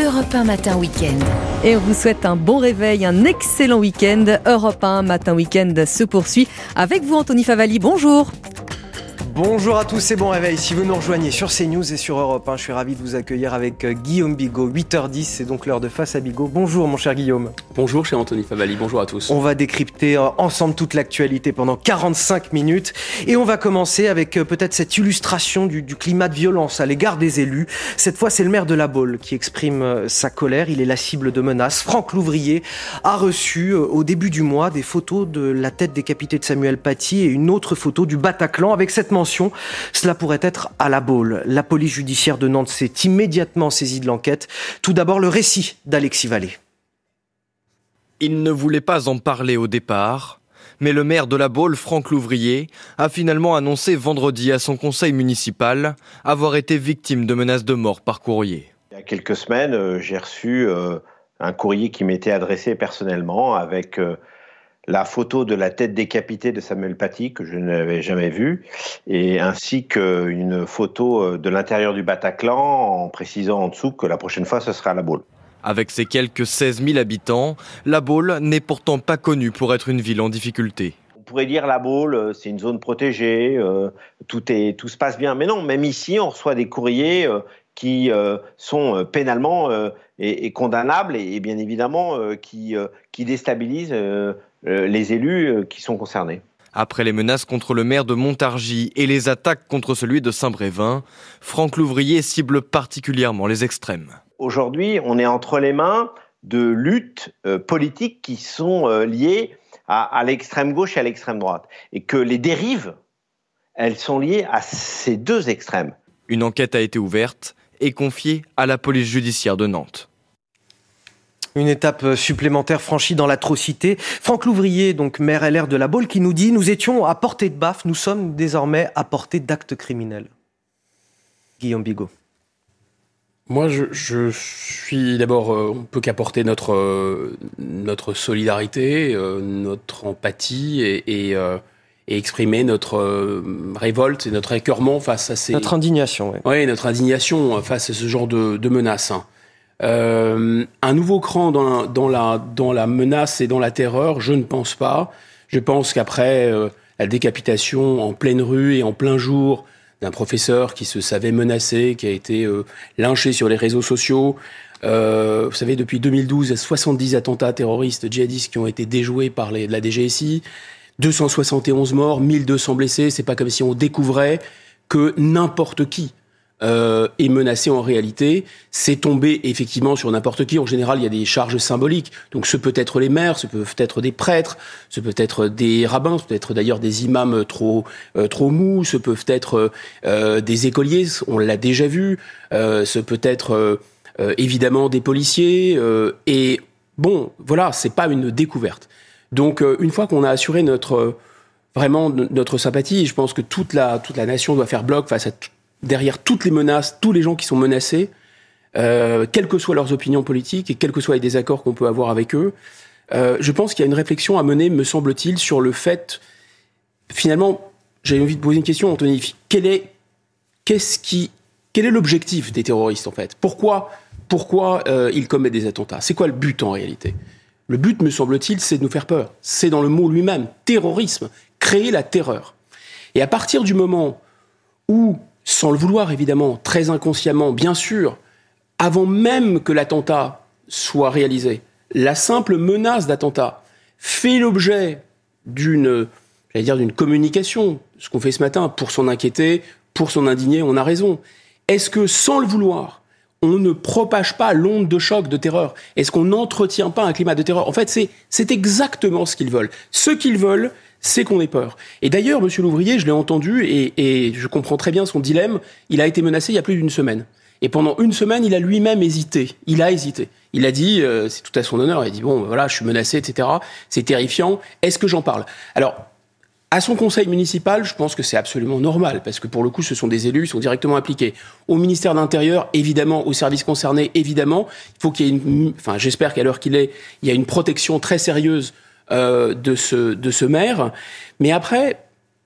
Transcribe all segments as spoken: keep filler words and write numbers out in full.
Europe un Matin Week-end. Et on vous souhaite un bon réveil, un excellent week-end. Europe un Matin Week-end se poursuit avec vous, Anthony Favali. Bonjour. Bonjour à tous et bon réveil. Si vous nous rejoignez sur CNews et sur Europe un, je suis ravi de vous accueillir avec Guillaume Bigot. huit heures dix, c'est donc l'heure de Face à Bigot. Bonjour mon cher Guillaume. Bonjour cher Anthony Favali, bonjour à tous. On va décrypter ensemble toute l'actualité pendant quarante-cinq minutes et on va commencer avec peut-être cette illustration du, du climat de violence à l'égard des élus. Cette fois, c'est le maire de La Baule qui exprime sa colère. Il est la cible de menaces. Franck Louvrier a reçu au début du mois des photos de la tête décapitée de Samuel Paty et une autre photo du Bataclan avec cette mention. Cela pourrait être à La Baule. La police judiciaire de Nantes s'est immédiatement saisie de l'enquête. Tout d'abord, le récit d'Alexis Vallée. Il ne voulait pas en parler au départ, mais le maire de La Baule, Franck Louvrier, a finalement annoncé vendredi à son conseil municipal avoir été victime de menaces de mort par courrier. Il y a quelques semaines, euh, j'ai reçu euh, un courrier qui m'était adressé personnellement avec euh, la photo de la tête décapitée de Samuel Paty, que je n'avais jamais vue, et ainsi qu'une photo de l'intérieur du Bataclan, en précisant en dessous que la prochaine fois, ce sera à La Baule. Avec ses quelques seize mille habitants, La Baule n'est pourtant pas connue pour être une ville en difficulté. On pourrait dire La Baule, c'est une zone protégée, euh, tout, est, tout se passe bien. Mais non, même ici, on reçoit des courriers euh, qui euh, sont pénalement euh, et, et condamnables, et, et bien évidemment euh, qui, euh, qui déstabilisent euh, les élus qui sont concernés. Après les menaces contre le maire de Montargis et les attaques contre celui de Saint-Brévin, Franck Louvrier cible particulièrement les extrêmes. Aujourd'hui, on est entre les mains de luttes euh, politiques qui sont euh, liées à, à l'extrême gauche et à l'extrême droite. Et que les dérives, elles sont liées à ces deux extrêmes. Une enquête a été ouverte et confiée à la police judiciaire de Nantes. Une étape supplémentaire franchie dans l'atrocité. Franck Louvrier, donc maire L R de La Baule, qui nous dit « Nous étions à portée de baffe, nous sommes désormais à portée d'actes criminels ». Guillaume Bigot. Moi, je, je suis d'abord, euh, on ne peut qu'apporter notre, euh, notre solidarité, euh, notre empathie et, et, euh, et exprimer notre euh, révolte et notre écœurement face à ces... Notre indignation, oui. Oui, notre indignation face à ce genre de, de menaces. Hein. Euh, un nouveau cran dans la, dans, la, dans la menace et dans la terreur, je ne pense pas. Je pense qu'après euh, la décapitation en pleine rue et en plein jour d'un professeur qui se savait menacé, qui a été euh, lynché sur les réseaux sociaux, euh, vous savez, depuis deux mille douze, il y a soixante-dix attentats terroristes djihadistes qui ont été déjoués par les, la D G S I, deux cent soixante et onze morts, mille deux cents blessés. C'est pas comme si on découvrait que n'importe qui Euh, est menacé en réalité, c'est tombé effectivement sur n'importe qui. En général, il y a des charges symboliques. Donc, ce peut être les maires, ce peut être des prêtres, ce peut être des rabbins, ce peut être d'ailleurs des imams trop euh, trop mous, ce peuvent être euh, des écoliers, on l'a déjà vu, euh, ce peut être euh, euh, évidemment des policiers. Euh, et bon, voilà, c'est pas une découverte. Donc, euh, une fois qu'on a assuré notre euh, vraiment notre sympathie, je pense que toute la toute la nation doit faire bloc face à tout, derrière toutes les menaces, tous les gens qui sont menacés, euh, quelles que soient leurs opinions politiques et quels que soient les désaccords qu'on peut avoir avec eux, euh, je pense qu'il y a une réflexion à mener, me semble-t-il, sur le fait, finalement, j'avais envie de poser une question, Anthony, quel est, qu'est-ce qui, quel est l'objectif des terroristes, en fait ? Pourquoi, pourquoi euh, ils commettent des attentats ? C'est quoi le but, en réalité ? Le but, me semble-t-il, c'est de nous faire peur. C'est dans le mot lui-même, terrorisme, créer la terreur. Et à partir du moment où, sans le vouloir évidemment, très inconsciemment, bien sûr, avant même que l'attentat soit réalisé, la simple menace d'attentat fait l'objet d'une, j'allais dire, d'une communication, ce qu'on fait ce matin, pour s'en inquiéter, pour s'en indigner, on a raison. Est-ce que, sans le vouloir, on ne propage pas l'onde de choc, de terreur ? Est-ce qu'on n'entretient pas un climat de terreur ? En fait, c'est, c'est exactement ce qu'ils veulent. Ce qu'ils veulent, c'est qu'on ait peur. Et d'ailleurs, M. Louvrier, je l'ai entendu, et, et je comprends très bien son dilemme, il a été menacé il y a plus d'une semaine. Et pendant une semaine, il a lui-même hésité. Il a hésité. Il a dit, euh, c'est tout à son honneur, il a dit, bon, voilà, je suis menacé, et cetera. C'est terrifiant. Est-ce que j'en parle ? Alors, à son conseil municipal, je pense que c'est absolument normal, parce que pour le coup, ce sont des élus, ils sont directement impliqués. Au ministère de l'Intérieur, évidemment, aux services concernés, évidemment. Il faut qu'il y ait une... Enfin, j'espère qu'à l'heure qu'il est, il y a une protection très sérieuse Euh, de ce de ce maire. Mais après,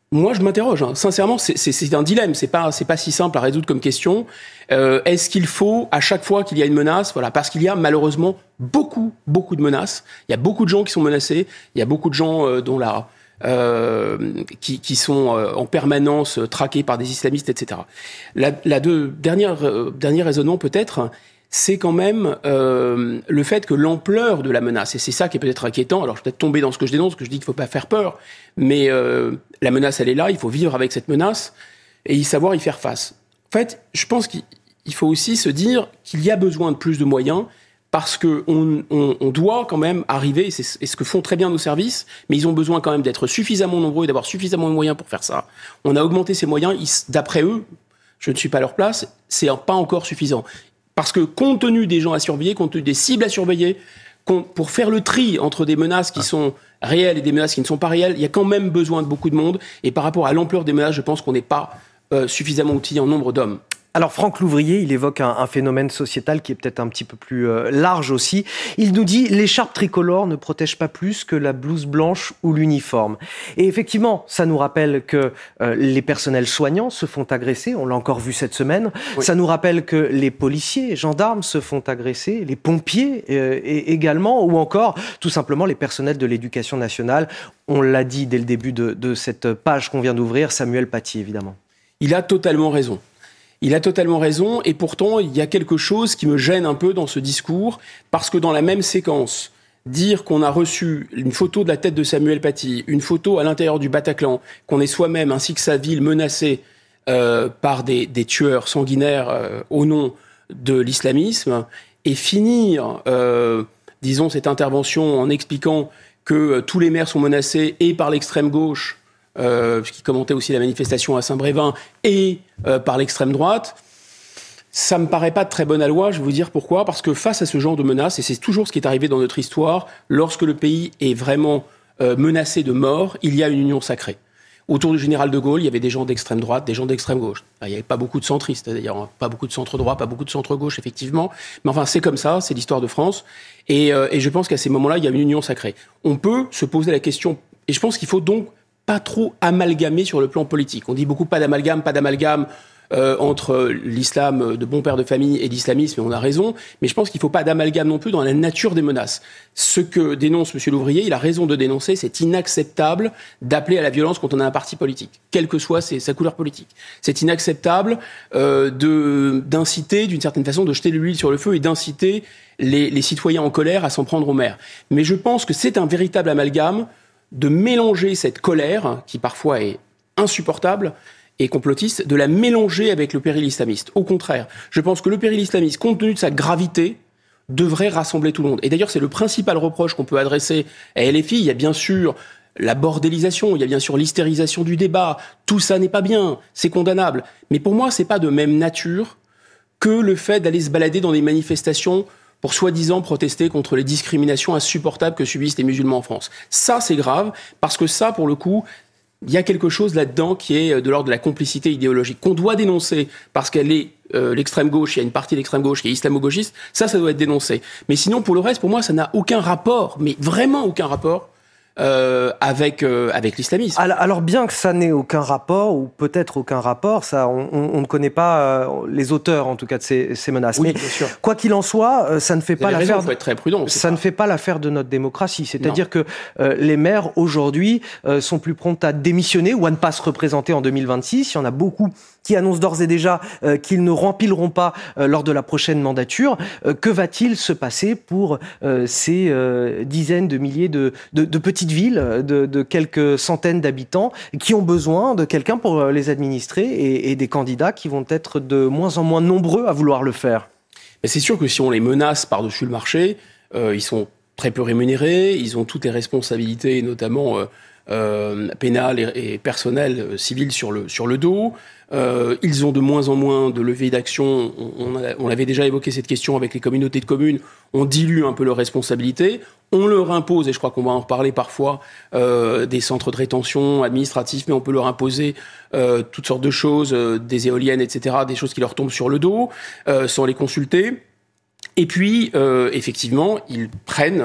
Moi, je m'interroge. Hein. Sincèrement, c'est, c'est, c'est un dilemme. C'est pas, c'est pas si simple à résoudre comme question. Euh, est-ce qu'il faut, à chaque fois qu'il y a une menace, voilà, parce qu'il y a malheureusement beaucoup, beaucoup de menaces. Il y a beaucoup de gens qui sont menacés. Il y a beaucoup de gens euh, dont la, euh, qui, qui sont euh, en permanence euh, traqués par des islamistes, et cetera. La, la deux, dernière, euh, dernier raisonnement peut-être, c'est quand même euh, le fait que l'ampleur de la menace, et c'est ça qui est peut-être inquiétant, alors je vais peut-être tomber dans ce que je dénonce, que je dis qu'il ne faut pas faire peur, mais euh, la menace, elle est là, il faut vivre avec cette menace et y savoir y faire face. En fait, je pense qu'il faut aussi se dire qu'il y a besoin de plus de moyens, parce qu'on on, on doit quand même arriver, et c'est, c'est ce que font très bien nos services, mais ils ont besoin quand même d'être suffisamment nombreux et d'avoir suffisamment de moyens pour faire ça. On a augmenté ces moyens, ils, d'après eux, je ne suis pas à leur place, c'est pas encore suffisant. Parce que compte tenu des gens à surveiller, compte tenu des cibles à surveiller, pour faire le tri entre des menaces qui sont réelles et des menaces qui ne sont pas réelles, il y a quand même besoin de beaucoup de monde. Et par rapport à l'ampleur des menaces, je pense qu'on n'est pas euh, suffisamment outillé en nombre d'hommes. Alors Franck Louvrier, il évoque un, un phénomène sociétal qui est peut-être un petit peu plus euh, large aussi. Il nous dit « l'écharpe tricolore ne protège pas plus que la blouse blanche ou l'uniforme ». Et effectivement, ça nous rappelle que euh, les personnels soignants se font agresser, on l'a encore vu cette semaine. Oui. Ça nous rappelle que les policiers, gendarmes se font agresser, les pompiers euh, et également, ou encore tout simplement les personnels de l'éducation nationale. On l'a dit dès le début de, de cette page qu'on vient d'ouvrir, Samuel Paty évidemment. Il a totalement raison. Il a totalement raison, et pourtant, il y a quelque chose qui me gêne un peu dans ce discours, parce que dans la même séquence, dire qu'on a reçu une photo de la tête de Samuel Paty, une photo à l'intérieur du Bataclan, qu'on est soi-même, ainsi que sa ville, menacée euh, par des, des tueurs sanguinaires euh, au nom de l'islamisme, et finir, euh, disons, cette intervention en expliquant que euh, tous les maires sont menacés, et par l'extrême gauche, Euh, qui commentait aussi la manifestation à Saint-Brévin, et euh, par l'extrême droite, ça me paraît pas de très bonne aloi. Je vais vous dire pourquoi. Parce que face à ce genre de menaces, et c'est toujours ce qui est arrivé dans notre histoire, lorsque le pays est vraiment euh, menacé de mort, il y a une union sacrée. Autour du général de Gaulle, il y avait des gens d'extrême droite, des gens d'extrême gauche. Il n'y avait pas beaucoup de centristes, d'ailleurs, pas beaucoup de centre droit, pas beaucoup de centre gauche, effectivement. Mais enfin, c'est comme ça, c'est l'histoire de France. Et, euh, et je pense qu'à ces moments-là, il y a une union sacrée. On peut se poser la question, et je pense qu'il faut donc pas trop amalgamer sur le plan politique. On dit beaucoup pas d'amalgame, pas d'amalgame euh, entre l'islam de bon père de famille et l'islamisme, et on a raison, mais je pense qu'il ne faut pas d'amalgame non plus dans la nature des menaces. Ce que dénonce M. Louvrier, il a raison de dénoncer, c'est inacceptable d'appeler à la violence quand on a un parti politique, quelle que soit ses, sa couleur politique. C'est inacceptable euh, de, d'inciter, d'une certaine façon, de jeter de l'huile sur le feu et d'inciter les, les citoyens en colère à s'en prendre aux maires. Mais je pense que c'est un véritable amalgame de mélanger cette colère, qui parfois est insupportable et complotiste, de la mélanger avec le péril islamiste. Au contraire, je pense que le péril islamiste, compte tenu de sa gravité, devrait rassembler tout le monde. Et d'ailleurs, c'est le principal reproche qu'on peut adresser à L F I. Il y a bien sûr la bordélisation, il y a bien sûr l'hystérisation du débat. Tout ça n'est pas bien, c'est condamnable. Mais pour moi, c'est pas de même nature que le fait d'aller se balader dans des manifestations pour soi-disant protester contre les discriminations insupportables que subissent les musulmans en France. Ça, c'est grave, parce que ça, pour le coup, il y a quelque chose là-dedans qui est de l'ordre de la complicité idéologique, qu'on doit dénoncer, parce qu'elle est euh, l'extrême gauche, il y a une partie de l'extrême gauche qui est islamo-gauchiste, ça, ça doit être dénoncé. Mais sinon, pour le reste, pour moi, ça n'a aucun rapport, mais vraiment aucun rapport, Euh, avec euh, avec l'islamisme. Alors, alors bien que ça n'ait aucun rapport, ou peut-être aucun rapport, ça, on, on, on ne connaît pas euh, les auteurs en tout cas de ces, ces menaces. Oui, mais bien sûr. Quoi qu'il en soit, euh, ça ne fait Vous pas avez l'affaire. raison, faut être très prudent. Ça pas... ne fait pas l'affaire de notre démocratie. C'est-à-dire non. que euh, les maires aujourd'hui euh, sont plus prompts à démissionner ou à ne pas se représenter en deux mille vingt-six. Il y en a beaucoup qui annoncent d'ores et déjà euh, qu'ils ne rempileront pas euh, lors de la prochaine mandature. Euh, que va-t-il se passer pour euh, ces euh, dizaines de milliers de, de, de petites villes, de, de quelques centaines d'habitants, qui ont besoin de quelqu'un pour les administrer et, et des candidats qui vont être de moins en moins nombreux à vouloir le faire? Mais c'est sûr que si on les menace par-dessus le marché, euh, ils sont très peu rémunérés, ils ont toutes les responsabilités, notamment euh, euh, pénales et, et personnelles, euh, civiles sur le, sur le dos. Euh, ils ont de moins en moins de leviers d'action. On, on, a, on avait déjà évoqué cette question avec les communautés de communes. On dilue un peu leurs responsabilités. On leur impose, et je crois qu'on va en reparler parfois, euh, des centres de rétention administratifs, mais on peut leur imposer euh, toutes sortes de choses, euh, des éoliennes, et cetera, des choses qui leur tombent sur le dos, euh, sans les consulter. Et puis, euh, effectivement, ils prennent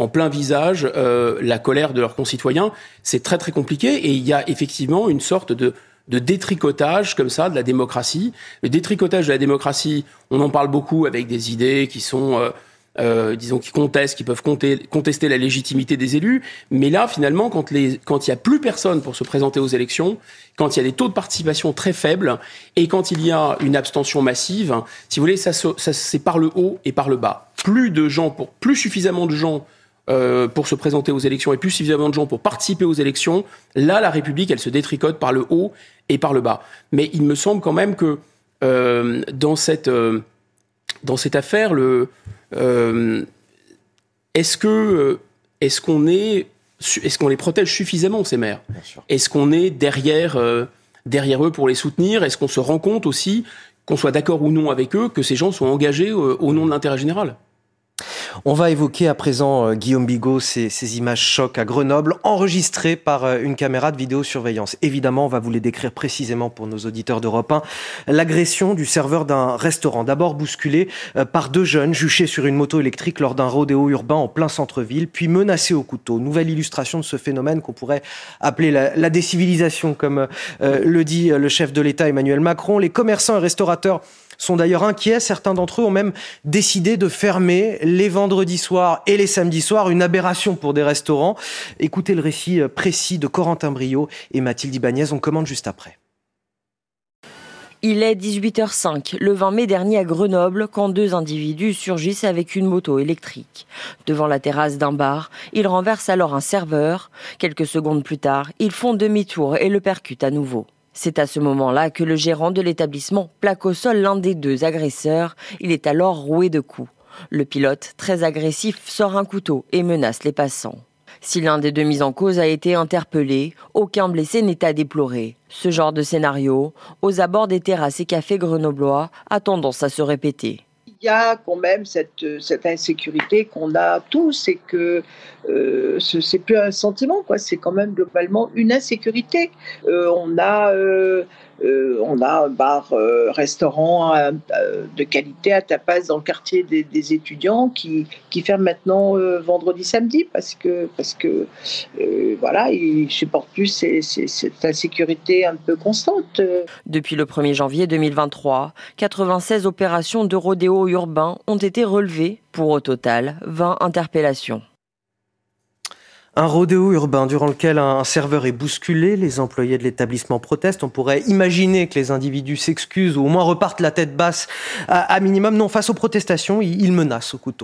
en plein visage euh, la colère de leurs concitoyens. C'est très très compliqué et il y a effectivement une sorte de, de détricotage comme ça de la démocratie. Le détricotage de la démocratie, on en parle beaucoup avec des idées qui sont... Euh, Euh, disons, qui contestent, qui peuvent compter, contester la légitimité des élus. Mais là, finalement, quand les, quand il y a plus personne pour se présenter aux élections, quand il y a des taux de participation très faibles et quand il y a une abstention massive, si vous voulez, ça, ça c'est par le haut et par le bas. Plus de gens, pour, plus suffisamment de gens euh, pour se présenter aux élections et plus suffisamment de gens pour participer aux élections, là, la République, elle se détricote par le haut et par le bas. Mais il me semble quand même que euh, dans cette, euh, dans cette affaire, le Euh, est-ce que est-ce qu'on est est-ce qu'on les protège suffisamment, ces maires ? Est-ce qu'on est derrière euh, derrière eux pour les soutenir ? Est-ce qu'on se rend compte aussi, qu'on soit d'accord ou non avec eux, que ces gens sont engagés euh, au nom de l'intérêt général ? On va évoquer à présent, euh, Guillaume Bigot, ces, ces images chocs à Grenoble, enregistrées par euh, une caméra de vidéosurveillance. Évidemment, on va vous les décrire précisément pour nos auditeurs d'Europe un. L'agression du serveur d'un restaurant, d'abord bousculé euh, par deux jeunes juchés sur une moto électrique lors d'un rodéo urbain en plein centre-ville, puis menacés au couteau. Nouvelle illustration de ce phénomène qu'on pourrait appeler la, la décivilisation, comme euh, le dit le chef de l'État Emmanuel Macron. Les commerçants et restaurateurs sont d'ailleurs inquiets. Certains d'entre eux ont même décidé de fermer les vendredis soirs et les samedis soirs, une aberration pour des restaurants. Écoutez le récit précis de Corentin Brio et Mathilde Ibanez. On commente juste après. Il est dix-huit heures cinq, le vingt mai dernier à Grenoble, quand deux individus surgissent avec une moto électrique. Devant la terrasse d'un bar, ils renversent alors un serveur. Quelques secondes plus tard, ils font demi-tour et le percutent à nouveau. C'est à ce moment-là que le gérant de l'établissement plaque au sol l'un des deux agresseurs. Il est alors roué de coups. Le pilote, très agressif, sort un couteau et menace les passants. Si l'un des deux mis en cause a été interpellé, aucun blessé n'est à déplorer. Ce genre de scénario, aux abords des terrasses et cafés grenoblois, a tendance à se répéter. Il y a quand même cette, cette insécurité qu'on a tous et que euh, ce, c'est plus un sentiment, quoi. C'est quand même globalement une insécurité. Euh, on a euh, euh, on a un bar euh, restaurant euh, de qualité à tapas dans le quartier des, des étudiants qui qui ferme maintenant euh, vendredi samedi parce que parce que euh, voilà, ils supportent plus ces, ces, cette insécurité un peu constante. Depuis le premier janvier deux mille vingt-trois, quatre-vingt-seize opérations de rodéo urbains ont été relevés, pour au total vingt interpellations. Un rodéo urbain durant lequel un serveur est bousculé, les employés de l'établissement protestent. On pourrait imaginer que les individus s'excusent ou au moins repartent la tête basse à, à minimum. Non, face aux protestations, ils menacent au couteau.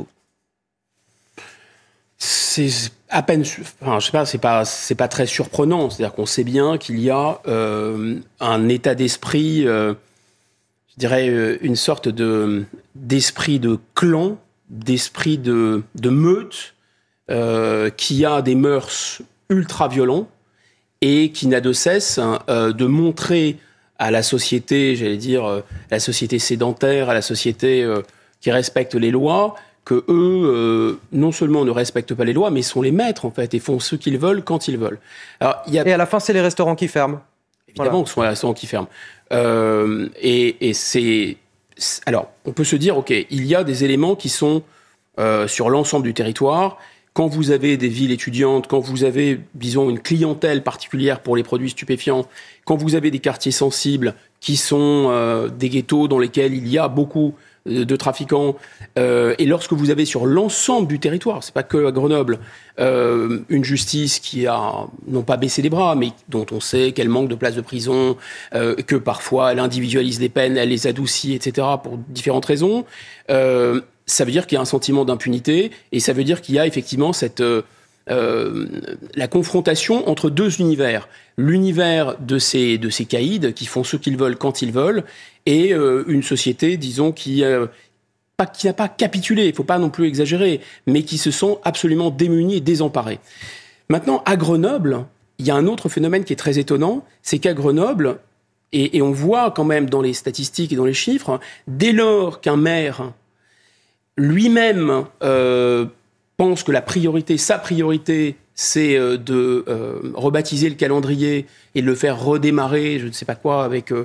C'est à peine, enfin, je sais pas, c'est pas, c'est pas très surprenant. C'est-à-dire qu'on sait bien qu'il y a euh, un état d'esprit, euh, je dirais euh, une sorte de d'esprit de clan, d'esprit de, de meute, euh, qui a des mœurs ultra violents et qui n'a de cesse hein, euh, de montrer à la société, j'allais dire, euh, à la société sédentaire, à la société euh, qui respecte les lois, que eux, euh, non seulement ne respectent pas les lois, mais sont les maîtres, en fait, et font ce qu'ils veulent quand ils veulent. Alors, il y a... Et à la fin, c'est les restaurants qui ferment. Évidemment voilà. que ce sont les restaurants qui ferment. Euh, et, et c'est... Alors, on peut se dire, OK, il y a des éléments qui sont euh, sur l'ensemble du territoire. Quand vous avez des villes étudiantes, quand vous avez, disons, une clientèle particulière pour les produits stupéfiants, quand vous avez des quartiers sensibles qui sont euh, des ghettos dans lesquels il y a beaucoup de trafiquants, euh, et lorsque vous avez sur l'ensemble du territoire, c'est pas que à Grenoble, euh, une justice qui a non pas baissé les bras, mais dont on sait qu'elle manque de places de prison, euh, que parfois elle individualise les peines, elle les adoucit, et cetera pour différentes raisons, euh, ça veut dire qu'il y a un sentiment d'impunité, et ça veut dire qu'il y a effectivement cette euh, euh, la confrontation entre deux univers, l'univers de ces de ces caïds qui font ce qu'ils veulent quand ils veulent, et euh, une société, disons, qui euh, pas, qui n'a pas capitulé, il ne faut pas non plus exagérer, mais qui se sent absolument démunis et désemparés. Maintenant, à Grenoble, il y a un autre phénomène qui est très étonnant, c'est qu'à Grenoble, et, et on voit quand même dans les statistiques et dans les chiffres, dès lors qu'un maire lui-même euh, pense que la priorité, sa priorité, c'est euh, de euh, rebaptiser le calendrier et de le faire redémarrer, je ne sais pas quoi, avec... Euh,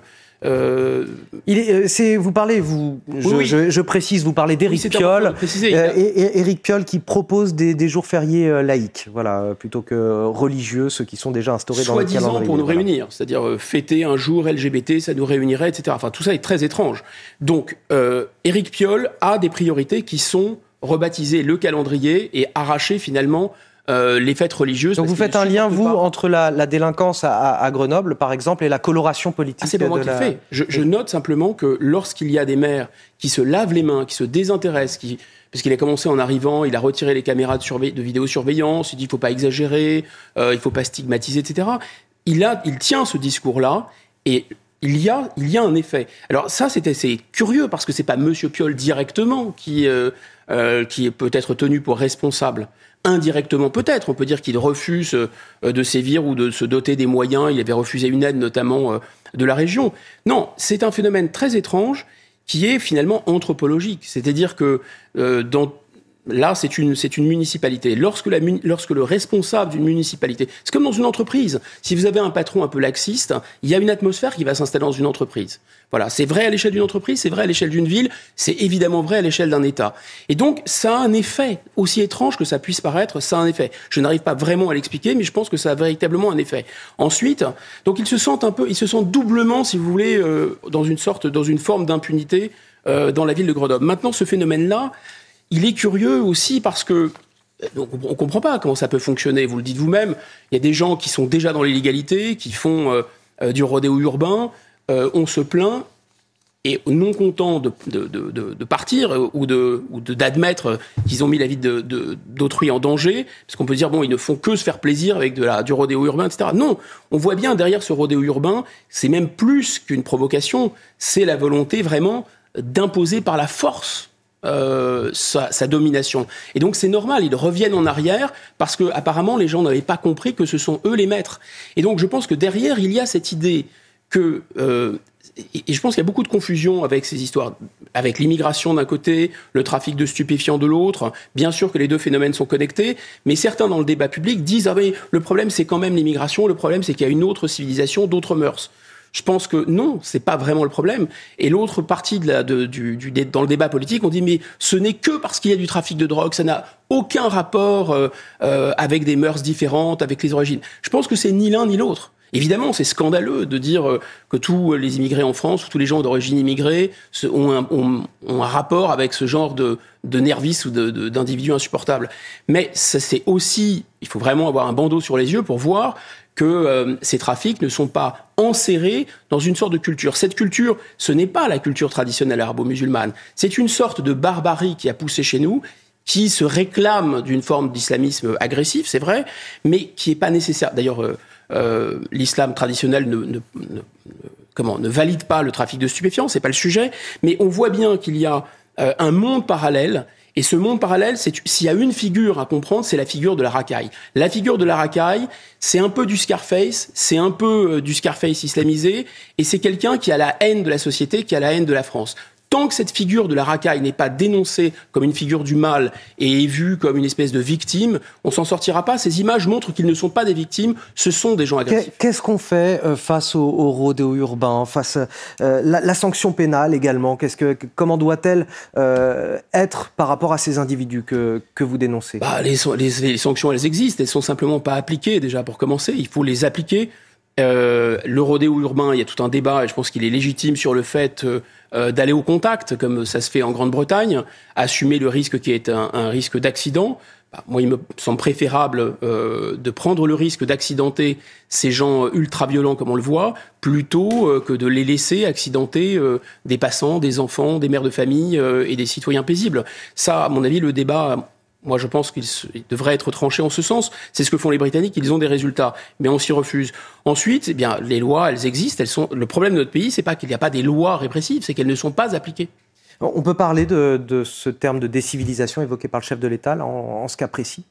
Euh... Il est, c'est, vous parlez, vous, je, oui, oui. je, je précise, vous parlez d'Éric oui, Piolle, préciser, euh, et, et Éric Piolle qui propose des, des jours fériés euh, laïques, voilà, plutôt que religieux, ceux qui sont déjà instaurés dans le calendrier. Soi-disant pour nous voilà. réunir, c'est-à-dire euh, fêter un jour L G B T, ça nous réunirait, et cetera. Enfin, tout ça est très étrange. Donc, euh, Éric Piolle a des priorités qui sont rebaptiser le calendrier et arracher finalement euh, les fêtes religieuses. Donc vous faites un lien, vous, pas. entre la, la délinquance à, à Grenoble, par exemple, et la coloration politique. Ah, c'est pas moi qui le fais. Je, je note simplement que lorsqu'il y a des maires qui se lavent les mains, qui se désintéressent, qui... parce qu'il a commencé en arrivant, il a retiré les caméras de, surveille... de vidéosurveillance, il dit qu'il ne faut pas exagérer, euh, il ne faut pas stigmatiser, et cetera. Il, a, il tient ce discours-là et... Il y a, il y a un effet. Alors ça, c'est assez curieux parce que c'est pas Monsieur Piolle directement qui, euh, euh, qui est peut-être tenu pour responsable. Indirectement, peut-être. On peut dire qu'il refuse euh, de sévir ou de se doter des moyens. Il avait refusé une aide, notamment euh, de la région. Non, c'est un phénomène très étrange qui est finalement anthropologique. C'est-à-dire que euh, dans Là, c'est une, c'est une municipalité. Lorsque, la, lorsque le responsable d'une municipalité... C'est comme dans une entreprise. Si vous avez un patron un peu laxiste, il y a une atmosphère qui va s'installer dans une entreprise. Voilà, c'est vrai à l'échelle d'une entreprise, c'est vrai à l'échelle d'une ville, c'est évidemment vrai à l'échelle d'un État. Et donc, ça a un effet, aussi étrange que ça puisse paraître, ça a un effet. Je n'arrive pas vraiment à l'expliquer, mais je pense que ça a véritablement un effet. Ensuite, donc ils se sentent un peu, ils se sentent doublement, si vous voulez, euh, dans une sorte, dans une forme d'impunité euh, dans la ville de Grenoble. Maintenant, ce phénomène-là, il est curieux aussi parce que on ne comprend pas comment ça peut fonctionner. Vous le dites vous-même, il y a des gens qui sont déjà dans l'illégalité, qui font euh, euh, du rodéo urbain, euh, on se plaint, et non contents de, de, de, de partir euh, ou, de, ou de, d'admettre qu'ils ont mis la vie de, de, d'autrui en danger, parce qu'on peut dire, bon, ils ne font que se faire plaisir avec de la, du rodéo urbain, et cetera. Non, on voit bien derrière ce rodéo urbain, c'est même plus qu'une provocation, c'est la volonté vraiment d'imposer par la force Euh, sa, sa domination. Et donc c'est normal, ils reviennent en arrière parce que apparemment les gens n'avaient pas compris que ce sont eux les maîtres. Et donc je pense que derrière il y a cette idée que euh, et, et je pense qu'il y a beaucoup de confusion avec ces histoires, avec l'immigration d'un côté, le trafic de stupéfiants de l'autre. Bien sûr que les deux phénomènes sont connectés, mais certains dans le débat public disent ah mais le problème c'est quand même l'immigration, le problème c'est qu'il y a une autre civilisation, d'autres mœurs. Je pense que non, c'est pas vraiment le problème. Et l'autre partie de la, de, du, du, dans le débat politique, on dit mais ce n'est que parce qu'il y a du trafic de drogue, ça n'a aucun rapport euh, euh, avec des mœurs différentes, avec les origines. Je pense que c'est ni l'un ni l'autre. Évidemment, c'est scandaleux de dire euh, que tous les immigrés en France, ou tous les gens d'origine immigrée, se, ont, un, ont, ont un rapport avec ce genre de, de nervis ou de, de, d'individus insupportables. Mais ça, c'est aussi, il faut vraiment avoir un bandeau sur les yeux pour voir que euh, ces trafics ne sont pas enserrés dans une sorte de culture. Cette culture, ce n'est pas la culture traditionnelle arabo-musulmane. C'est une sorte de barbarie qui a poussé chez nous, qui se réclame d'une forme d'islamisme agressif, c'est vrai, mais qui n'est pas nécessaire. D'ailleurs, euh, euh, l'islam traditionnel ne, ne, ne, comment, ne valide pas le trafic de stupéfiants, c'est pas le sujet, mais on voit bien qu'il y a euh, un monde parallèle. Et ce monde parallèle, c'est, s'il y a une figure à comprendre, c'est la figure de la racaille. La figure de la racaille, c'est un peu du Scarface, c'est un peu du Scarface islamisé, et c'est quelqu'un qui a la haine de la société, qui a la haine de la France. Tant que cette figure de la racaille n'est pas dénoncée comme une figure du mal et est vue comme une espèce de victime, on s'en sortira pas. Ces images montrent qu'ils ne sont pas des victimes, ce sont des gens agressifs. Qu'est-ce qu'on fait face au, au rodéo urbain, face à euh, la, la sanction pénale également? Qu'est-ce que, comment doit-elle euh, être par rapport à ces individus que, que vous dénoncez? Bah, les, les, les sanctions, elles existent, elles sont simplement pas appliquées déjà pour commencer. Il faut les appliquer. Euh, le rodéo urbain, il y a tout un débat, et je pense qu'il est légitime sur le fait euh, d'aller au contact, comme ça se fait en Grande-Bretagne, assumer le risque qui est un, un risque d'accident. Bah, moi, il me semble préférable euh, de prendre le risque d'accidenter ces gens ultra-violents, comme on le voit, plutôt euh, que de les laisser accidenter euh, des passants, des enfants, des mères de famille euh, et des citoyens paisibles. Ça, à mon avis, le débat... Moi, je pense qu'il devrait être tranché en ce sens. C'est ce que font les Britanniques, ils ont des résultats. Mais on s'y refuse. Ensuite, eh bien, les lois, elles existent. Elles sont... Le problème de notre pays, c'est pas qu'il n'y a pas des lois répressives, c'est qu'elles ne sont pas appliquées. On peut parler de, de ce terme de décivilisation évoqué par le chef de l'État, là, en, en ce cas précis?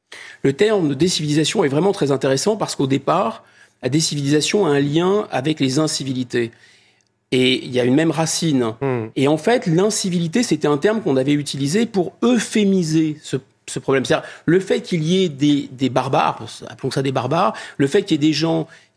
Le terme de décivilisation est vraiment très intéressant parce qu'au départ, la décivilisation a un lien avec les incivilités. Et il y a une même racine. Mmh. Et en fait, l'incivilité, c'était un terme qu'on avait utilisé pour euphémiser ce, ce problème. C'est-à-dire le fait qu'il y ait des, des barbares, appelons ça des barbares, le fait qu'il y ait des gens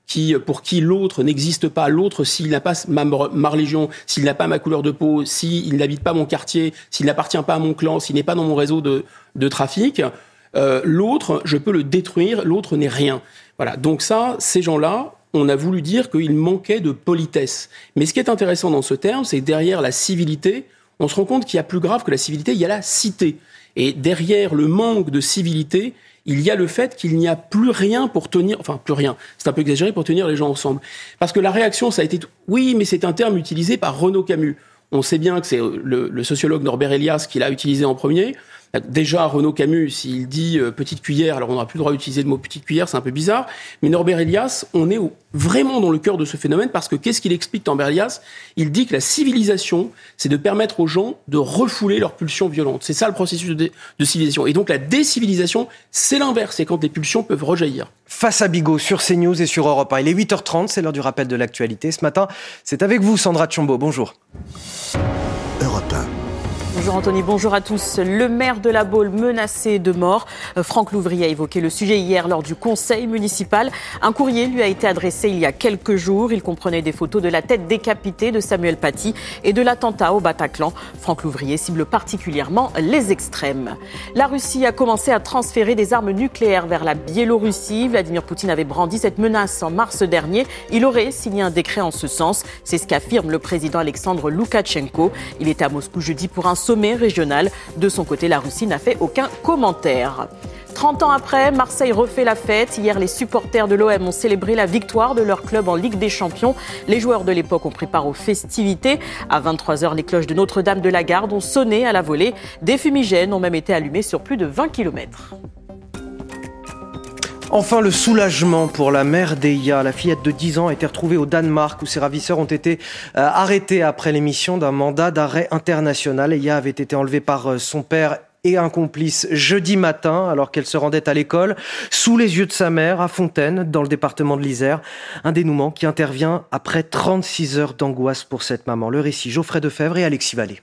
qui, pour qui l'autre n'existe pas, l'autre s'il n'a pas ma, ma religion, s'il n'a pas ma couleur de peau, s'il n'habite pas mon quartier, s'il n'appartient pas à mon clan, s'il n'est pas dans mon réseau de, de trafic, euh, l'autre, je peux le détruire, l'autre n'est rien. Voilà. Donc ça, ces gens-là, on a voulu dire qu'il manquait de politesse. Mais ce qui est intéressant dans ce terme, c'est que derrière la civilité, on se rend compte qu'il y a plus grave que la civilité, il y a la cité. Et derrière le manque de civilité, il y a le fait qu'il n'y a plus rien pour tenir, enfin plus rien, c'est un peu exagéré, pour tenir les gens ensemble. Parce que la réaction, ça a été, oui, mais c'est un terme utilisé par Renaud Camus. On sait bien que c'est le, le sociologue Norbert Elias qui l'a utilisé en premier. Déjà, Renaud Camus, s'il dit euh, petite cuillère, alors on n'aura plus le droit d'utiliser le mot petite cuillère, c'est un peu bizarre. Mais Norbert Elias, on est au, vraiment dans le cœur de ce phénomène parce que qu'est-ce qu'il explique, Norbert Elias ? Il dit que la civilisation, c'est de permettre aux gens de refouler leurs pulsions violentes. C'est ça le processus de, dé, de civilisation. Et donc la décivilisation, c'est l'inverse, c'est quand les pulsions peuvent rejaillir. Face à Bigot sur CNews et sur Europe un. Il est huit heures trente, c'est l'heure du rappel de l'actualité. Ce matin, c'est avec vous, Sandra Tchombo. Bonjour. Europe un. Bonjour Anthony, bonjour à tous. Le maire de La Baule menacé de mort. Franck Louvrier a évoqué le sujet hier lors du conseil municipal. Un courrier lui a été adressé il y a quelques jours. Il comprenait des photos de la tête décapitée de Samuel Paty et de l'attentat au Bataclan. Franck Louvrier cible particulièrement les extrêmes. La Russie a commencé à transférer des armes nucléaires vers la Biélorussie. Vladimir Poutine avait brandi cette menace en mars dernier. Il aurait signé un décret en ce sens. C'est ce qu'affirme le président Alexandre Loukachenko. Il était à Moscou jeudi pour un sommet régional. De son côté, la Russie n'a fait aucun commentaire. trente ans après, Marseille refait la fête. Hier, les supporters de l'O M ont célébré la victoire de leur club en Ligue des Champions. Les joueurs de l'époque ont pris part aux festivités. À vingt-trois heures, les cloches de Notre-Dame de la Garde ont sonné à la volée. Des fumigènes ont même été allumés sur plus de vingt kilomètres. Enfin, le soulagement pour la mère d'Eya. La fillette de dix ans a été retrouvée au Danemark où ses ravisseurs ont été euh, arrêtés après l'émission d'un mandat d'arrêt international. Eya avait été enlevée par euh, son père et un complice jeudi matin alors qu'elle se rendait à l'école sous les yeux de sa mère à Fontaine dans le département de l'Isère. Un dénouement qui intervient après trente-six heures d'angoisse pour cette maman. Le récit, Geoffrey Defebvre et Alexis Vallée.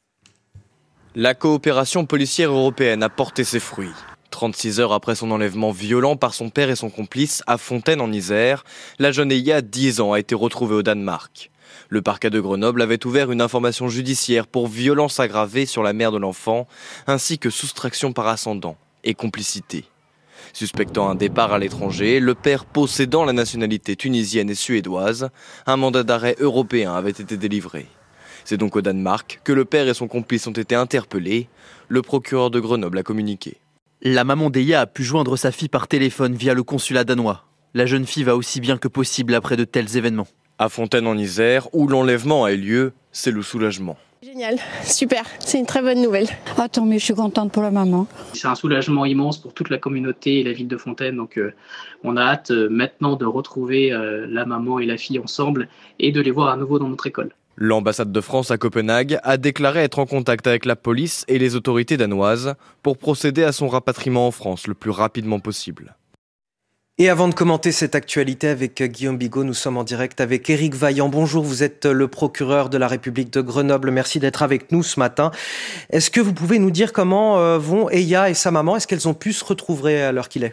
La coopération policière européenne a porté ses fruits. trente-six heures après son enlèvement violent par son père et son complice à Fontaine en Isère, la jeune Eya, dix ans, a été retrouvée au Danemark. Le parquet de Grenoble avait ouvert une information judiciaire pour violence aggravée sur la mère de l'enfant, ainsi que soustraction par ascendant et complicité. Suspectant un départ à l'étranger, le père possédant la nationalité tunisienne et suédoise, un mandat d'arrêt européen avait été délivré. C'est donc au Danemark que le père et son complice ont été interpellés. Le procureur de Grenoble a communiqué. La maman d'Eya a pu joindre sa fille par téléphone via le consulat danois. La jeune fille va aussi bien que possible après de tels événements. À Fontaine en Isère, où l'enlèvement a eu lieu, c'est le soulagement. Génial, super, c'est une très bonne nouvelle. Ah, tant mieux, je suis contente pour la maman. C'est un soulagement immense pour toute la communauté et la ville de Fontaine. Donc euh, on a hâte euh, maintenant de retrouver euh, la maman et la fille ensemble et de les voir à nouveau dans notre école. L'ambassade de France à Copenhague a déclaré être en contact avec la police et les autorités danoises pour procéder à son rapatriement en France le plus rapidement possible. Et avant de commenter cette actualité avec Guillaume Bigot, nous sommes en direct avec Éric Vaillant. Bonjour, vous êtes le procureur de la République de Grenoble. Merci d'être avec nous ce matin. Est-ce que vous pouvez nous dire comment vont Eya et sa maman ? Est-ce qu'elles ont pu se retrouver à l'heure qu'il est ?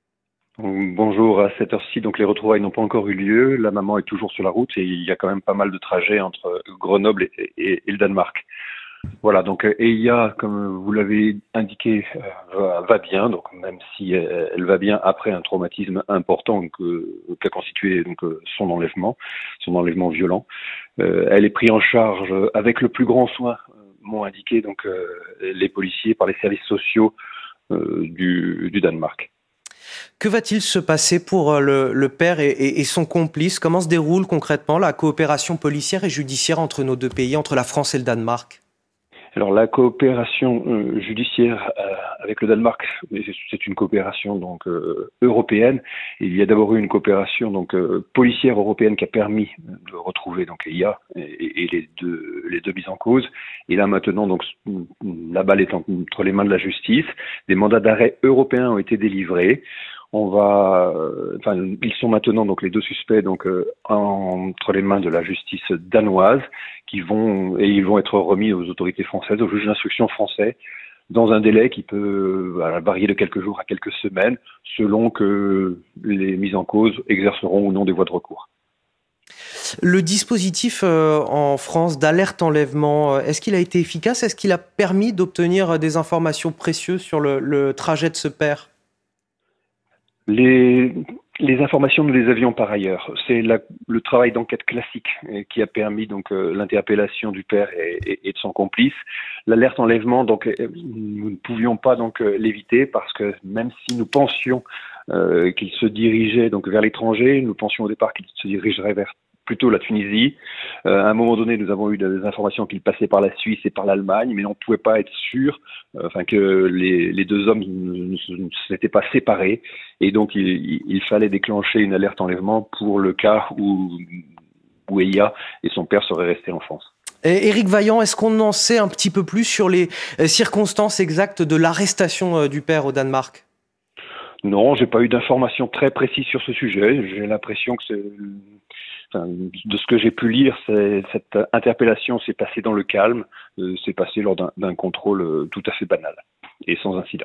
Bonjour, à cette heure-ci, donc les retrouvailles n'ont pas encore eu lieu. La maman est toujours sur la route et il y a quand même pas mal de trajets entre Grenoble et, et, et le Danemark. Voilà, donc Eya, comme vous l'avez indiqué, va, va bien, donc même si elle va bien après un traumatisme important que, qu'a constitué donc son enlèvement, son enlèvement violent. Euh, elle est prise en charge avec le plus grand soin, m'ont indiqué donc euh, les policiers par les services sociaux euh, du, du Danemark. Que va-t-il se passer pour le, le père et, et, et son complice ? Comment se déroule concrètement la coopération policière et judiciaire entre nos deux pays, entre la France et le Danemark ? Alors la coopération euh, judiciaire euh, avec le Danemark, c'est une coopération donc euh, européenne. Il y a d'abord eu une coopération donc euh, policière européenne qui a permis de retrouver donc Eya et, et les deux les deux mises en cause. Et là maintenant donc la balle est entre les mains de la justice. Des mandats d'arrêt européens ont été délivrés. On va, euh, enfin, ils sont maintenant donc les deux suspects donc euh, entre les mains de la justice danoise, qui vont et ils vont être remis aux autorités françaises, aux juges d'instruction français, dans un délai qui peut voilà, varier de quelques jours à quelques semaines, selon que les mises en cause exerceront ou non des voies de recours. Le dispositif euh, en France d'alerte enlèvement, est-ce qu'il a été efficace ? Est-ce qu'il a permis d'obtenir des informations précieuses sur le, le trajet de ce père ? Les, les informations, nous les avions par ailleurs. C'est la, le travail d'enquête classique qui a permis donc euh, l'interpellation du père et, et, et de son complice. L'alerte enlèvement, donc, euh, nous ne pouvions pas donc euh, l'éviter parce que même si nous pensions euh, qu'il se dirigeait donc vers l'étranger, nous pensions au départ qu'il se dirigerait vers plutôt la Tunisie. Euh, à un moment donné, nous avons eu des informations qu'il passait par la Suisse et par l'Allemagne, mais on ne pouvait pas être sûr euh, enfin, que les, les deux hommes ne, ne s'étaient pas séparés. Et donc, il, il, il fallait déclencher une alerte enlèvement pour le cas où, où Eya et son père seraient restés en France. Et Éric Vaillant, est-ce qu'on en sait un petit peu plus sur les circonstances exactes de l'arrestation du père au Danemark ? Non, j'ai pas eu d'informations très précises sur ce sujet. J'ai l'impression que c'est... Enfin, de ce que j'ai pu lire, c'est, cette interpellation s'est passée dans le calme, euh, s'est passée lors d'un, d'un contrôle euh, tout à fait banal et sans incident.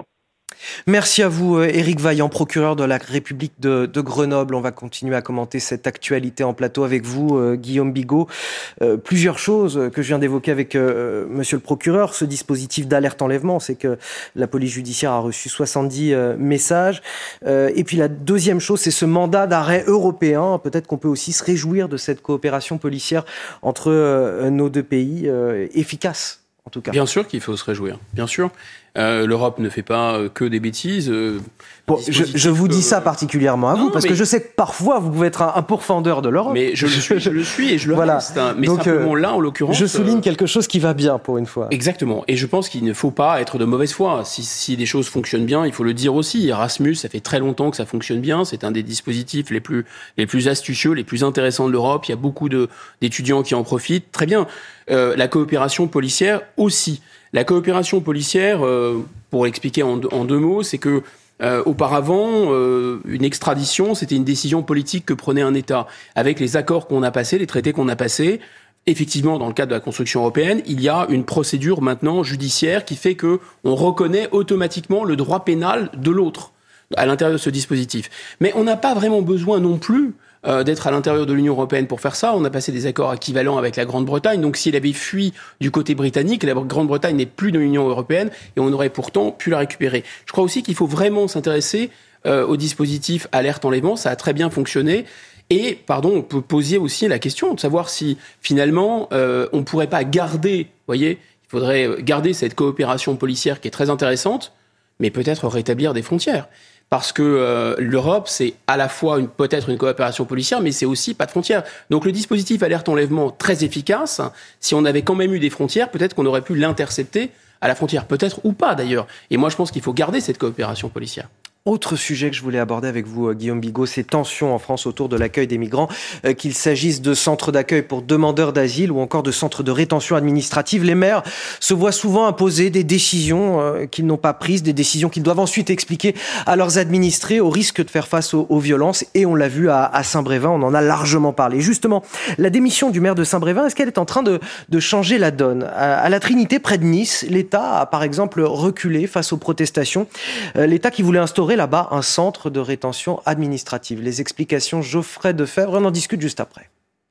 Merci à vous, Éric Vaillant, procureur de la République de, de Grenoble. On va continuer à commenter cette actualité en plateau avec vous, euh, Guillaume Bigot. Euh, plusieurs choses que je viens d'évoquer avec euh, monsieur le procureur. Ce dispositif d'alerte enlèvement, c'est que la police judiciaire a reçu soixante-dix euh, messages. Euh, et puis la deuxième chose, c'est ce mandat d'arrêt européen. Peut-être qu'on peut aussi se réjouir de cette coopération policière entre euh, nos deux pays, euh, efficace en tout cas. Bien sûr qu'il faut se réjouir, bien sûr. Euh, L'Europe ne fait pas que des bêtises. Euh, bon, je, je vous dis ça particulièrement à vous, non, parce que je sais que parfois vous pouvez être un, un pourfendeur de l'Europe. Mais je le suis, je le suis et je le voilà. reste. Hein. Mais donc, simplement là, en l'occurrence... Je souligne quelque chose qui va bien pour une fois. Exactement. Et je pense qu'il ne faut pas être de mauvaise foi. Si, si des choses fonctionnent bien, il faut le dire aussi. Erasmus, ça fait très longtemps que ça fonctionne bien. C'est un des dispositifs les plus, les plus astucieux, les plus intéressants de l'Europe. Il y a beaucoup de, d'étudiants qui en profitent. Très bien. Euh, la coopération policière aussi. La coopération policière, euh, pour l'expliquer en, en deux mots, c'est que euh, auparavant, euh, une extradition, c'était une décision politique que prenait un État. Avec les accords qu'on a passés, les traités qu'on a passés, effectivement, dans le cadre de la construction européenne, il y a une procédure maintenant judiciaire qui fait que on reconnaît automatiquement le droit pénal de l'autre à l'intérieur de ce dispositif. Mais on n'a pas vraiment besoin non plus Euh, d'être à l'intérieur de l'Union européenne pour faire ça. On a passé des accords équivalents avec la Grande-Bretagne. Donc s'il avait fui du côté britannique, la Grande-Bretagne n'est plus dans l'Union européenne et on aurait pourtant pu la récupérer. Je crois aussi qu'il faut vraiment s'intéresser euh, au dispositif alerte enlèvement. Ça a très bien fonctionné. Et, pardon, on peut poser aussi la question de savoir si finalement euh, on ne pourrait pas garder, vous voyez, il faudrait garder cette coopération policière qui est très intéressante, mais peut-être rétablir des frontières. Parce que euh, l'Europe, c'est à la fois une, peut-être une coopération policière, mais c'est aussi pas de frontières. Donc le dispositif alerte enlèvement, très efficace. Si on avait quand même eu des frontières, peut-être qu'on aurait pu l'intercepter à la frontière, peut-être ou pas d'ailleurs. Et moi, je pense qu'il faut garder cette coopération policière. Autre sujet que je voulais aborder avec vous, Guillaume Bigot, ces tensions en France autour de l'accueil des migrants, euh, qu'il s'agisse de centres d'accueil pour demandeurs d'asile ou encore de centres de rétention administrative. Les maires se voient souvent imposer des décisions euh, qu'ils n'ont pas prises, des décisions qu'ils doivent ensuite expliquer à leurs administrés au risque de faire face aux, aux violences. Et on l'a vu à, à Saint-Brévin, on en a largement parlé. Justement, la démission du maire de Saint-Brévin, est-ce qu'elle est en train de, de changer la donne ? À, à la Trinité, près de Nice, l'État a par exemple reculé face aux protestations. Euh, L'État qui voulait instaurer là-bas un centre de rétention administrative. Les explications, Geoffrey Defebvre, on en discute juste après.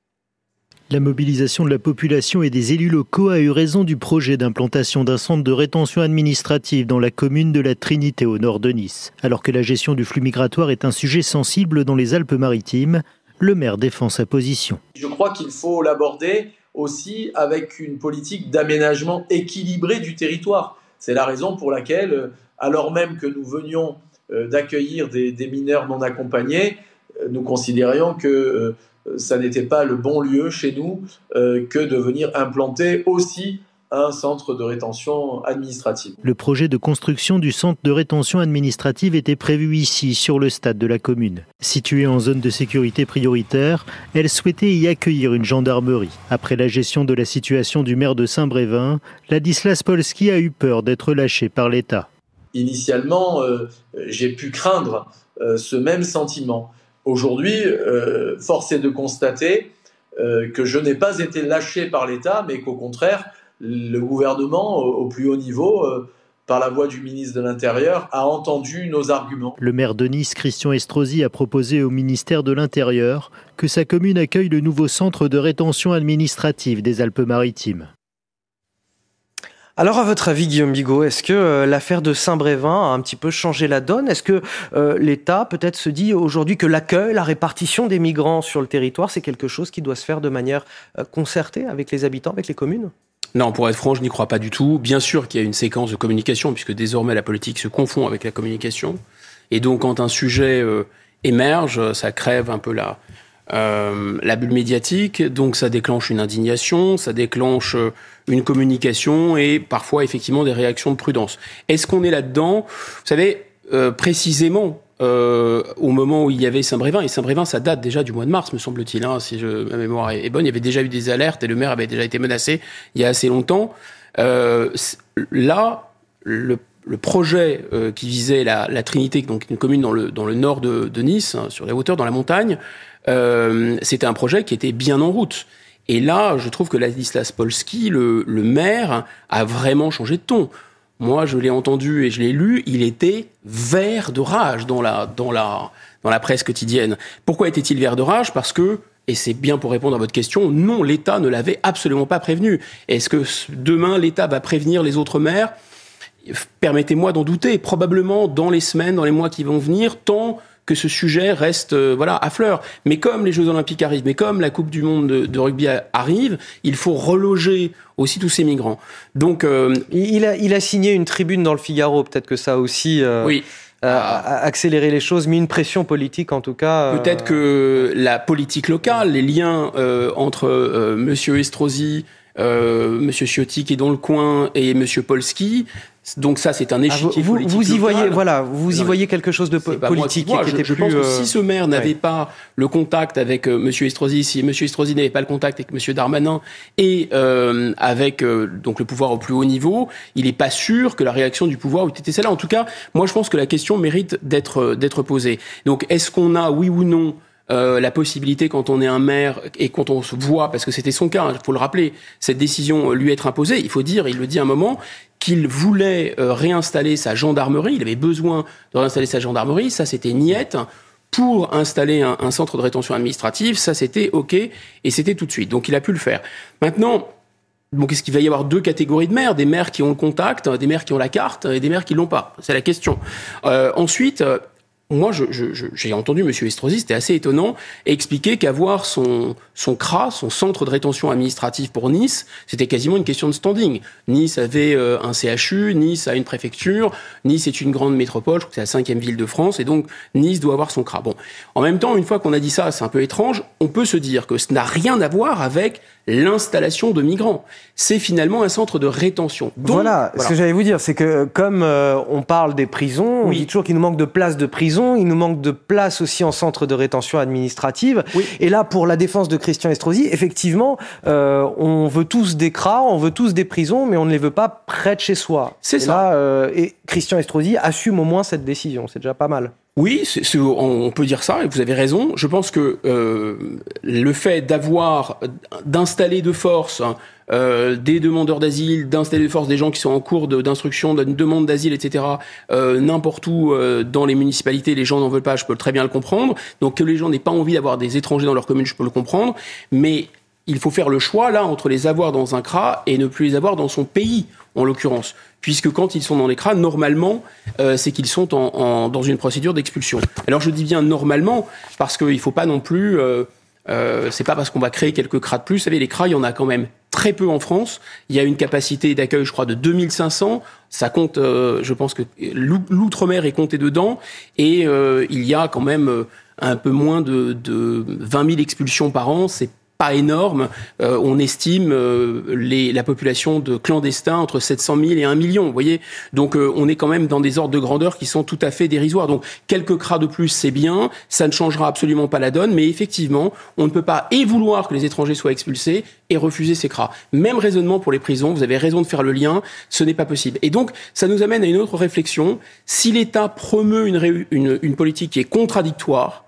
La mobilisation de la population et des élus locaux a eu raison du projet d'implantation d'un centre de rétention administrative dans la commune de la Trinité au nord de Nice. Alors que la gestion du flux migratoire est un sujet sensible dans les Alpes-Maritimes, le maire défend sa position. Je crois qu'il faut l'aborder aussi avec une politique d'aménagement équilibré du territoire. C'est la raison pour laquelle, alors même que nous venions d'accueillir des, des mineurs non accompagnés, nous considérions que euh, ça n'était pas le bon lieu chez nous euh, que de venir implanter aussi un centre de rétention administrative. Le projet de construction du centre de rétention administrative était prévu ici, sur le stade de la commune. Située en zone de sécurité prioritaire, elle souhaitait y accueillir une gendarmerie. Après la gestion de la situation du maire de Saint-Brévin, Ladislas Polski a eu peur d'être lâché par l'État. Initialement, euh, j'ai pu craindre euh, ce même sentiment. Aujourd'hui, euh, force est de constater euh, que je n'ai pas été lâché par l'État, mais qu'au contraire, le gouvernement, au, au plus haut niveau, euh, par la voix du ministre de l'Intérieur, a entendu nos arguments. Le maire de Nice, Christian Estrosi, a proposé au ministère de l'Intérieur que sa commune accueille le nouveau centre de rétention administrative des Alpes-Maritimes. Alors, à votre avis, Guillaume Bigot, est-ce que euh, l'affaire de Saint-Brévin a un petit peu changé la donne ? Est-ce que euh, l'État peut-être se dit aujourd'hui que l'accueil, la répartition des migrants sur le territoire, c'est quelque chose qui doit se faire de manière euh, concertée avec les habitants, avec les communes ? Non, pour être franc, je n'y crois pas du tout. Bien sûr qu'il y a une séquence de communication, puisque désormais la politique se confond avec la communication. Et donc, quand un sujet euh, émerge, ça crève un peu la... Euh, la bulle médiatique, donc ça déclenche une indignation, ça déclenche une communication et parfois effectivement des réactions de prudence. Est-ce qu'on est là-dedans ? Vous savez, euh, précisément euh, au moment où il y avait Saint-Brévin, et Saint-Brévin ça date déjà du mois de mars me semble-t-il, hein, si je, ma mémoire est bonne, il y avait déjà eu des alertes et le maire avait déjà été menacé il y a assez longtemps. Euh, là, le Le projet euh, qui visait la, la Trinité, donc une commune dans le, dans le nord de, de Nice, hein, sur les hauteurs, dans la montagne, euh, c'était un projet qui était bien en route. Et là, je trouve que Ladislas Polski, le, le maire, a vraiment changé de ton. Moi, je l'ai entendu et je l'ai lu, il était vert de rage dans la, dans la, dans la presse quotidienne. Pourquoi était-il vert de rage ? Parce que, et c'est bien pour répondre à votre question, non, l'État ne l'avait absolument pas prévenu. Est-ce que demain, l'État va prévenir les autres maires ? Permettez-moi d'en douter, probablement dans les semaines, dans les mois qui vont venir, tant que ce sujet reste euh, voilà à fleur. Mais comme les Jeux Olympiques arrivent, mais comme la Coupe du Monde de, de rugby arrive, il faut reloger aussi tous ces migrants. Donc, euh, il a, il a signé une tribune dans le Figaro, peut-être que ça a aussi euh, oui. euh, accéléré les choses, mis une pression politique en tout cas. Euh... Peut-être que la politique locale, les liens euh, entre euh, Monsieur Estrosi, euh, Monsieur Ciotti qui est dans le coin et Monsieur Polski. Donc ça, c'est un échiquier ah, vous, politique. Vous y local. voyez, voilà, vous y non, voyez quelque chose de po- politique moi, qui je, était je plus. pense que euh... si ce maire n'avait ouais. pas le contact avec euh, Monsieur Estrosi, si Monsieur Estrosi n'avait pas le contact avec Monsieur Darmanin et euh, avec euh, donc le pouvoir au plus haut niveau, il n'est pas sûr que la réaction du pouvoir eût été celle-là. En tout cas, moi, je pense que la question mérite d'être d'être posée. Donc, est-ce qu'on a, oui ou non, Euh, la possibilité, quand on est un maire et quand on se voit, parce que c'était son cas, il faut le rappeler, cette décision lui être imposée, il faut dire, il le dit à un moment, qu'il voulait euh, réinstaller sa gendarmerie, il avait besoin de réinstaller sa gendarmerie, ça c'était niette, pour installer un, un centre de rétention administrative, ça c'était OK, et c'était tout de suite, donc il a pu le faire. Maintenant, donc est-ce qu'il va y avoir deux catégories de maires, des maires qui ont le contact, des maires qui ont la carte, et des maires qui l'ont pas, c'est la question. Euh, ensuite, euh, Moi, je, je, je, j'ai entendu M. Estrosi, c'était assez étonnant, expliquer qu'avoir son, son C R A, son centre de rétention administrative pour Nice, c'était quasiment une question de standing. Nice avait euh, un C H U, Nice a une préfecture, Nice est une grande métropole, je crois que c'est la cinquième ville de France, et donc Nice doit avoir son C R A. Bon, en même temps, une fois qu'on a dit ça, c'est un peu étrange, on peut se dire que ça n'a rien à voir avec l'installation de migrants. C'est finalement un centre de rétention. Donc, voilà, voilà, ce que j'allais vous dire, c'est que comme euh, on parle des prisons, on oui. dit toujours qu'il nous manque de places de prison, il nous manque de places aussi en centre de rétention administrative. Oui. Et là, pour la défense de Christian Estrosi, effectivement, euh, on veut tous des C R A, on veut tous des prisons, mais on ne les veut pas près de chez soi. C'est et ça. Là, euh, et Christian Estrosi assume au moins cette décision, c'est déjà pas mal. Oui, c'est, c'est, on peut dire ça, et vous avez raison. Je pense que euh, le fait d'avoir, d'installer de force euh, des demandeurs d'asile, d'installer de force des gens qui sont en cours de, d'instruction, d'une demande d'asile, et cetera, euh, n'importe où euh, dans les municipalités, les gens n'en veulent pas, je peux très bien le comprendre. Donc que les gens n'aient pas envie d'avoir des étrangers dans leur commune, je peux le comprendre. Mais il faut faire le choix, là, entre les avoir dans un C R A et ne plus les avoir dans son pays, en l'occurrence. Puisque quand ils sont dans les C R A, normalement, euh, c'est qu'ils sont en, en, dans une procédure d'expulsion. Alors je dis bien normalement, parce qu'il ne faut pas non plus... Euh, euh, c'est pas parce qu'on va créer quelques C R A de plus. Vous savez, les C R A, il y en a quand même très peu en France. Il y a une capacité d'accueil, je crois, de deux mille cinq cents. Ça compte, euh, je pense que l'outre-mer est compté dedans. Et euh, il y a quand même un peu moins de, de vingt mille expulsions par an. C'est pas énorme. Euh, on estime euh, les, la population de clandestins entre sept cent mille et un million. Vous voyez, donc euh, on est quand même dans des ordres de grandeur qui sont tout à fait dérisoires. Donc quelques C R A de plus, c'est bien. Ça ne changera absolument pas la donne, mais effectivement, on ne peut pas et vouloir que les étrangers soient expulsés et refuser ces C R A. Même raisonnement pour les prisons. Vous avez raison de faire le lien. Ce n'est pas possible. Et donc, ça nous amène à une autre réflexion. Si l'État promeut une, ré, une, une politique qui est contradictoire,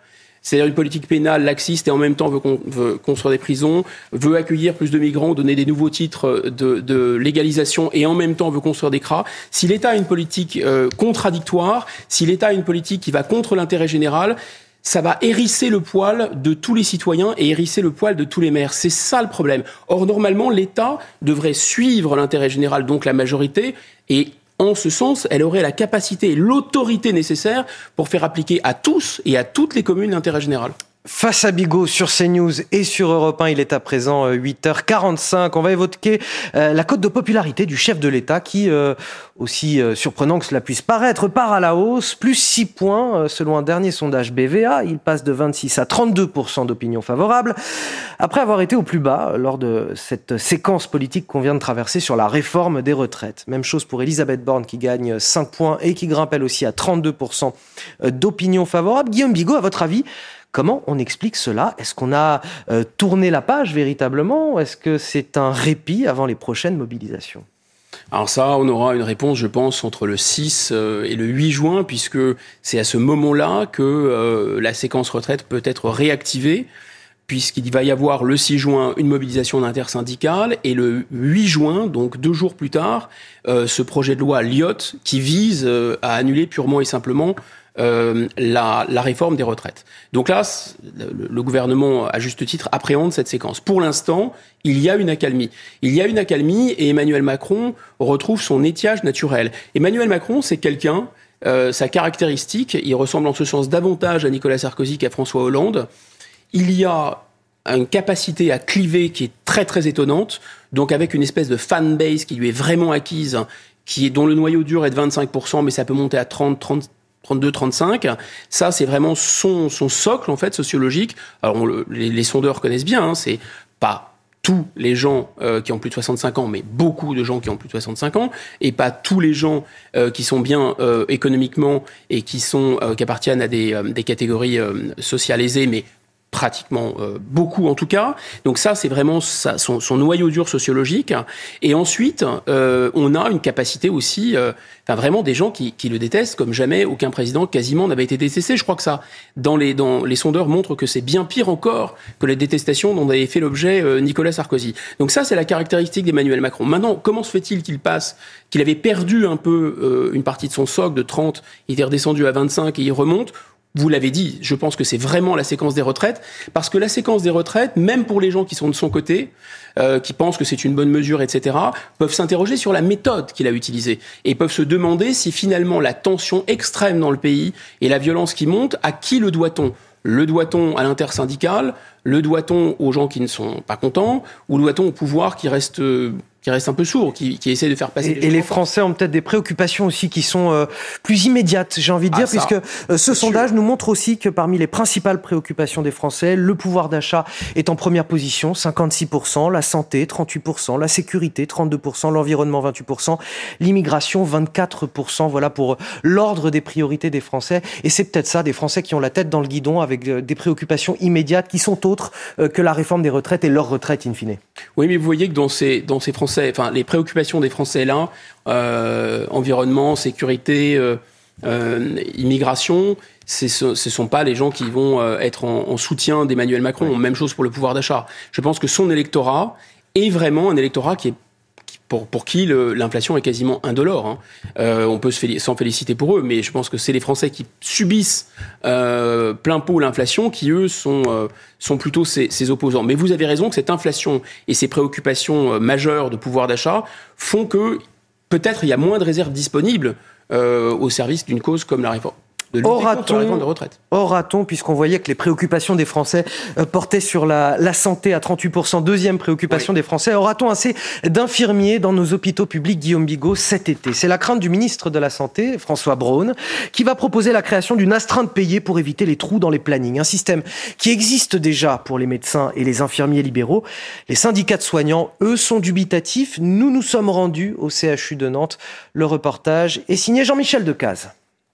c'est-à-dire une politique pénale laxiste et en même temps veut, con, veut construire des prisons, veut accueillir plus de migrants, donner des nouveaux titres de, de légalisation et en même temps veut construire des C R A, si l'État a une politique euh, contradictoire, si l'État a une politique qui va contre l'intérêt général, ça va hérisser le poil de tous les citoyens et hérisser le poil de tous les maires. C'est ça le problème. Or, normalement, l'État devrait suivre l'intérêt général, donc la majorité, et en ce sens, elle aurait la capacité et l'autorité nécessaire pour faire appliquer à tous et à toutes les communes l'intérêt général. Face à Bigot sur CNews et sur Europe un, il est à présent huit heures quarante-cinq. On va évoquer euh, la cote de popularité du chef de l'État qui, euh, aussi euh, surprenant que cela puisse paraître, part à la hausse. Plus six points euh, selon un dernier sondage B V A. Il passe de vingt-six à trente-deux pour cent d'opinion favorable. Après avoir été au plus bas lors de cette séquence politique qu'on vient de traverser sur la réforme des retraites. Même chose pour Elisabeth Borne qui gagne cinq points et qui grimpe elle aussi à trente-deux pour cent d'opinion favorable. Guillaume Bigot, à votre avis, comment on explique cela ? Est-ce qu'on a euh, tourné la page véritablement ? Est-ce que c'est un répit avant les prochaines mobilisations ? Alors ça, on aura une réponse, je pense, entre le six et le huit juin, puisque c'est à ce moment-là que euh, la séquence retraite peut être réactivée, puisqu'il va y avoir le six juin une mobilisation intersyndicale, et le huit juin, donc deux jours plus tard, euh, ce projet de loi Lyotte qui vise euh, à annuler purement et simplement Euh, la, la réforme des retraites. Donc là, le, le gouvernement, à juste titre, appréhende cette séquence. Pour l'instant, il y a une accalmie. Il y a une accalmie et Emmanuel Macron retrouve son étiage naturel. Emmanuel Macron, c'est quelqu'un, euh, sa caractéristique, il ressemble en ce sens davantage à Nicolas Sarkozy qu'à François Hollande. Il y a une capacité à cliver qui est très très étonnante, donc avec une espèce de fanbase qui lui est vraiment acquise, qui est, dont le noyau dur est de vingt-cinq pour cent, mais ça peut monter à trente, trente, trente-deux, trente-cinq. Ça, c'est vraiment son, son socle, en fait, sociologique. Alors, on le, les, les sondeurs connaissent bien, hein, c'est pas tous les gens euh, qui ont plus de soixante-cinq ans, mais beaucoup de gens qui ont plus de soixante-cinq ans, et pas tous les gens euh, qui sont bien euh, économiquement et qui, sont, euh, qui appartiennent à des, euh, des catégories euh, sociales aisées, mais pratiquement euh, beaucoup en tout cas. Donc ça, c'est vraiment ça, son, son noyau dur sociologique. Et ensuite, euh, on a une capacité aussi, euh, enfin vraiment des gens qui, qui le détestent comme jamais aucun président quasiment n'avait été détesté. Je crois que ça, dans les, dans les sondeurs, montre que c'est bien pire encore que les détestations dont avait fait l'objet euh, Nicolas Sarkozy. Donc ça, c'est la caractéristique d'Emmanuel Macron. Maintenant, comment se fait-il qu'il passe, qu'il avait perdu un peu euh, une partie de son socle de trente, il était redescendu à vingt-cinq et il remonte? Vous l'avez dit, je pense que c'est vraiment la séquence des retraites, parce que la séquence des retraites, même pour les gens qui sont de son côté, euh, qui pensent que c'est une bonne mesure, et cetera, peuvent s'interroger sur la méthode qu'il a utilisée et peuvent se demander si finalement la tension extrême dans le pays et la violence qui monte, à qui le doit-on ? Le doit-on à l'intersyndicale ? Le doit-on aux gens qui ne sont pas contents ? Ou le doit-on au pouvoir qui reste... Euh, qui reste un peu sourd, qui, qui essaie de faire passer... Et les, et les Français ont peut-être des préoccupations aussi qui sont euh, plus immédiates, j'ai envie de dire, ah, puisque euh, ce sondage sûr. nous montre aussi que parmi les principales préoccupations des Français, le pouvoir d'achat est en première position, cinquante-six pour cent, la santé, trente-huit pour cent, la sécurité, trente-deux pour cent, l'environnement, vingt-huit pour cent, l'immigration, vingt-quatre pour cent, voilà pour l'ordre des priorités des Français. Et c'est peut-être ça, des Français qui ont la tête dans le guidon avec euh, des préoccupations immédiates qui sont autres euh, que la réforme des retraites et leur retraite in fine. Oui, mais vous voyez que dans ces, dans ces Français, enfin, les préoccupations des Français là, euh, environnement, sécurité, euh, euh, immigration, c'est, ce ne sont pas les gens qui vont euh, être en, en soutien d'Emmanuel Macron. Même chose pour le pouvoir d'achat. Je pense que son électorat est vraiment un électorat qui est Pour, pour qui le, l'inflation est quasiment indolore. Hein. Euh, on peut se féli- s'en féliciter pour eux, mais je pense que c'est les Français qui subissent euh, plein pot l'inflation qui, eux, sont, euh, sont plutôt ses, ses opposants. Mais vous avez raison que cette inflation et ces préoccupations euh, majeures de pouvoir d'achat font que peut-être il y a moins de réserves disponibles euh, au service d'une cause comme la réforme. Aura-t-on, aura-t-on, puisqu'on voyait que les préoccupations des Français euh, portaient sur la, la santé à trente-huit pour cent, deuxième préoccupation oui. des Français, aura-t-on assez d'infirmiers dans nos hôpitaux publics, Guillaume Bigot, cet été ? C'est la crainte du ministre de la Santé, François Braun, qui va proposer la création d'une astreinte payée pour éviter les trous dans les plannings. Un système qui existe déjà pour les médecins et les infirmiers libéraux. Les syndicats de soignants, eux, sont dubitatifs. Nous nous sommes rendus au C H U de Nantes. Le reportage est signé Jean-Michel Decaze.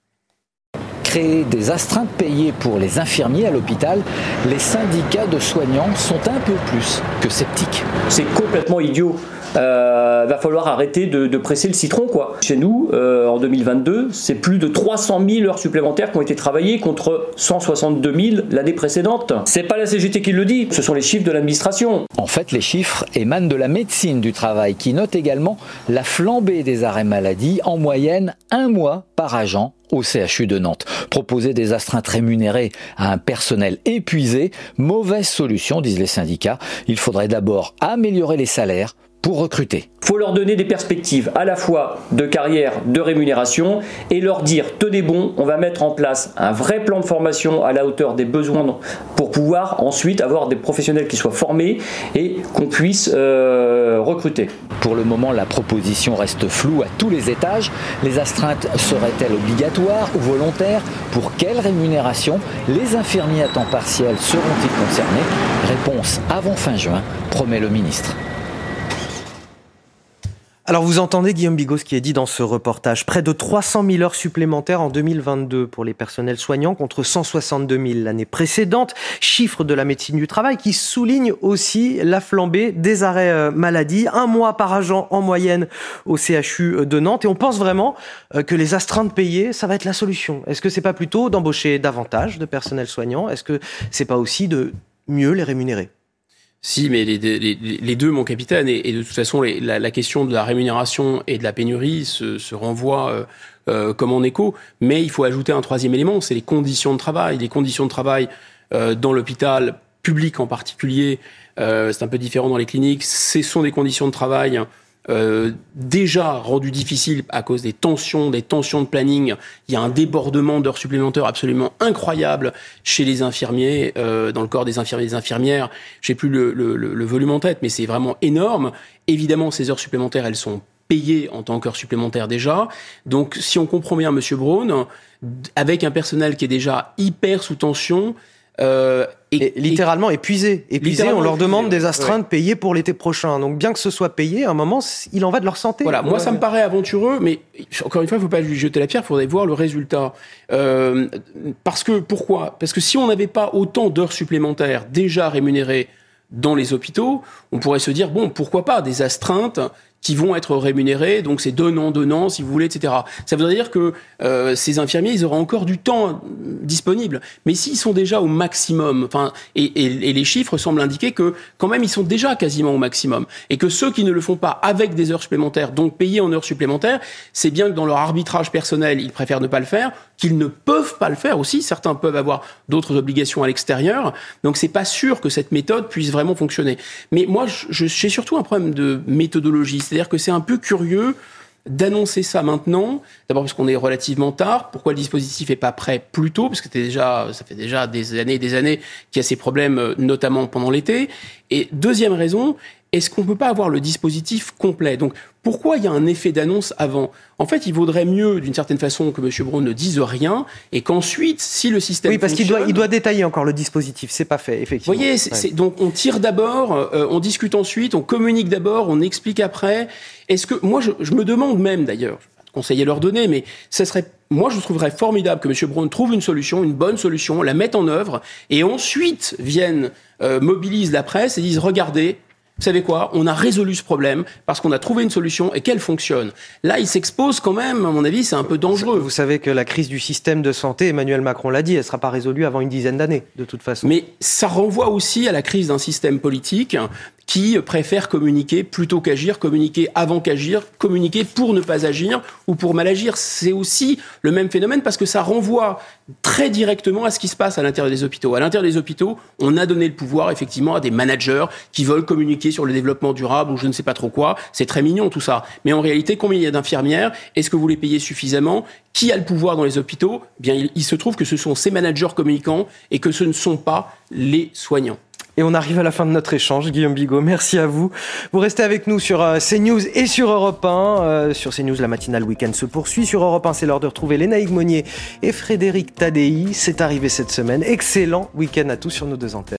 Créer des astreintes payées pour les infirmiers à l'hôpital, les syndicats de soignants sont un peu plus que sceptiques. C'est complètement idiot euh, va falloir arrêter de, de presser le citron, quoi. Chez nous, euh, en deux mille vingt-deux, c'est plus de trois cent mille heures supplémentaires qui ont été travaillées contre cent soixante-deux mille l'année précédente. C'est pas la C G T qui le dit, ce sont les chiffres de l'administration. En fait, les chiffres émanent de la médecine du travail qui note également la flambée des arrêts maladie, en moyenne un mois par agent au C H U de Nantes. Proposer des astreintes rémunérées à un personnel épuisé, mauvaise solution, disent les syndicats. Il faudrait d'abord améliorer les salaires pour recruter. Il faut leur donner des perspectives à la fois de carrière, de rémunération et leur dire « tenez bon, on va mettre en place un vrai plan de formation à la hauteur des besoins pour pouvoir ensuite avoir des professionnels qui soient formés et qu'on puisse euh, recruter ». Pour le moment, la proposition reste floue à tous les étages. Les astreintes seraient-elles obligatoires ou volontaires? Pour quelle rémunération? Les infirmiers à temps partiel seront-ils concernés? Réponse avant fin juin, promet le ministre. Alors vous entendez Guillaume Bigot ce qui est dit dans ce reportage. Près de trois cent mille heures supplémentaires en deux mille vingt-deux pour les personnels soignants contre cent soixante-deux mille l'année précédente. Chiffre de la médecine du travail qui souligne aussi la flambée des arrêts maladie. Un mois par agent en moyenne au C H U de Nantes. Et on pense vraiment que les astreintes payées, ça va être la solution. Est-ce que c'est pas plutôt d'embaucher davantage de personnel soignant? Est-ce que c'est pas aussi de mieux les rémunérer? Si, mais les, les, les deux, mon capitaine, et, et de toute façon, les, la, la question de la rémunération et de la pénurie se, se renvoie euh, euh, comme en écho. Mais il faut ajouter un troisième élément, c'est les conditions de travail. Les conditions de travail euh, dans l'hôpital public en particulier, euh, c'est un peu différent dans les cliniques. Ce sont des conditions de travail Euh, déjà rendu difficile à cause des tensions, des tensions de planning. Il y a un débordement d'heures supplémentaires absolument incroyable chez les infirmiers, euh, dans le corps des infirmiers et des infirmières. Je n'ai plus le, le, le volume en tête, mais c'est vraiment énorme. Évidemment, ces heures supplémentaires, elles sont payées en tant qu'heures supplémentaires déjà. Donc, si on comprend bien Monsieur Braun, avec un personnel qui est déjà hyper sous tension, Euh, et, et littéralement épuisés. Épuisés, on leur demande épuisé, des astreintes ouais. payées pour l'été prochain. Donc bien que ce soit payé, à un moment, il en va de leur santé. Voilà, moi ça me paraît aventureux, mais encore une fois, il ne faut pas lui jeter la pierre, il faudrait voir le résultat. Euh, parce que, pourquoi ? Parce que si on n'avait pas autant d'heures supplémentaires déjà rémunérées dans les hôpitaux, on pourrait se dire, bon, pourquoi pas des astreintes qui vont être rémunérés, donc c'est donnant, donnant, si vous voulez, et cetera. Ça voudrait dire que euh, ces infirmiers, ils auront encore du temps disponible. Mais s'ils sont déjà au maximum, enfin, et, et, et les chiffres semblent indiquer que quand même ils sont déjà quasiment au maximum, et que ceux qui ne le font pas avec des heures supplémentaires, donc payés en heures supplémentaires, c'est bien que dans leur arbitrage personnel, ils préfèrent ne pas le faire, qu'ils ne peuvent pas le faire aussi. Certains peuvent avoir d'autres obligations à l'extérieur, donc c'est pas sûr que cette méthode puisse vraiment fonctionner. Mais moi, je, j'ai surtout un problème de méthodologie. C'est-à-dire que c'est un peu curieux d'annoncer ça maintenant. D'abord parce qu'on est relativement tard. Pourquoi le dispositif n'est pas prêt plus tôt ? Parce que c'était déjà, ça fait déjà des années et des années qu'il y a ces problèmes, notamment pendant l'été. Et deuxième raison, est-ce qu'on ne peut pas avoir le dispositif complet ? Donc, pourquoi il y a un effet d'annonce avant ? En fait, il vaudrait mieux, d'une certaine façon, que M. Braun ne dise rien et qu'ensuite, si le système Oui, parce fonctionne, qu'il doit, il doit détailler encore le dispositif. C'est pas fait, effectivement. Vous voyez, c'est, ouais. c'est, donc on tire d'abord, euh, on discute ensuite, on communique d'abord, on explique après. Est-ce que, moi, je, je me demande même, d'ailleurs, je ne vais pas conseiller leur donner, mais ça serait, moi, je trouverais formidable que M. Braun trouve une solution, une bonne solution, la mette en œuvre et ensuite vienne, euh, mobilise la presse et dise, regardez, vous savez quoi ? On a résolu ce problème parce qu'on a trouvé une solution et qu'elle fonctionne. Là, il s'expose quand même, à mon avis, c'est un peu dangereux. Vous savez que la crise du système de santé, Emmanuel Macron l'a dit, elle ne sera pas résolue avant une dizaine d'années, de toute façon. Mais ça renvoie aussi à la crise d'un système politique qui préfère communiquer plutôt qu'agir, communiquer avant qu'agir, communiquer pour ne pas agir ou pour mal agir. C'est aussi le même phénomène parce que ça renvoie très directement à ce qui se passe à l'intérieur des hôpitaux. À l'intérieur des hôpitaux, on a donné le pouvoir effectivement à des managers qui veulent communiquer sur le développement durable ou je ne sais pas trop quoi. C'est très mignon tout ça. Mais en réalité, combien il y a d'infirmières ? Est-ce que vous les payez suffisamment ? Qui a le pouvoir dans les hôpitaux ? Bien, il, il se trouve que ce sont ces managers communicants et que ce ne sont pas les soignants. Et on arrive à la fin de notre échange. Guillaume Bigot, merci à vous. Vous restez avec nous sur euh, CNews et sur Europe un. Euh, sur CNews, la matinale week-end se poursuit. Sur Europe un, c'est l'heure de retrouver Lénaïque Monnier et Frédéric Tadei. C'est arrivé cette semaine. Excellent week-end à tous sur nos deux antennes.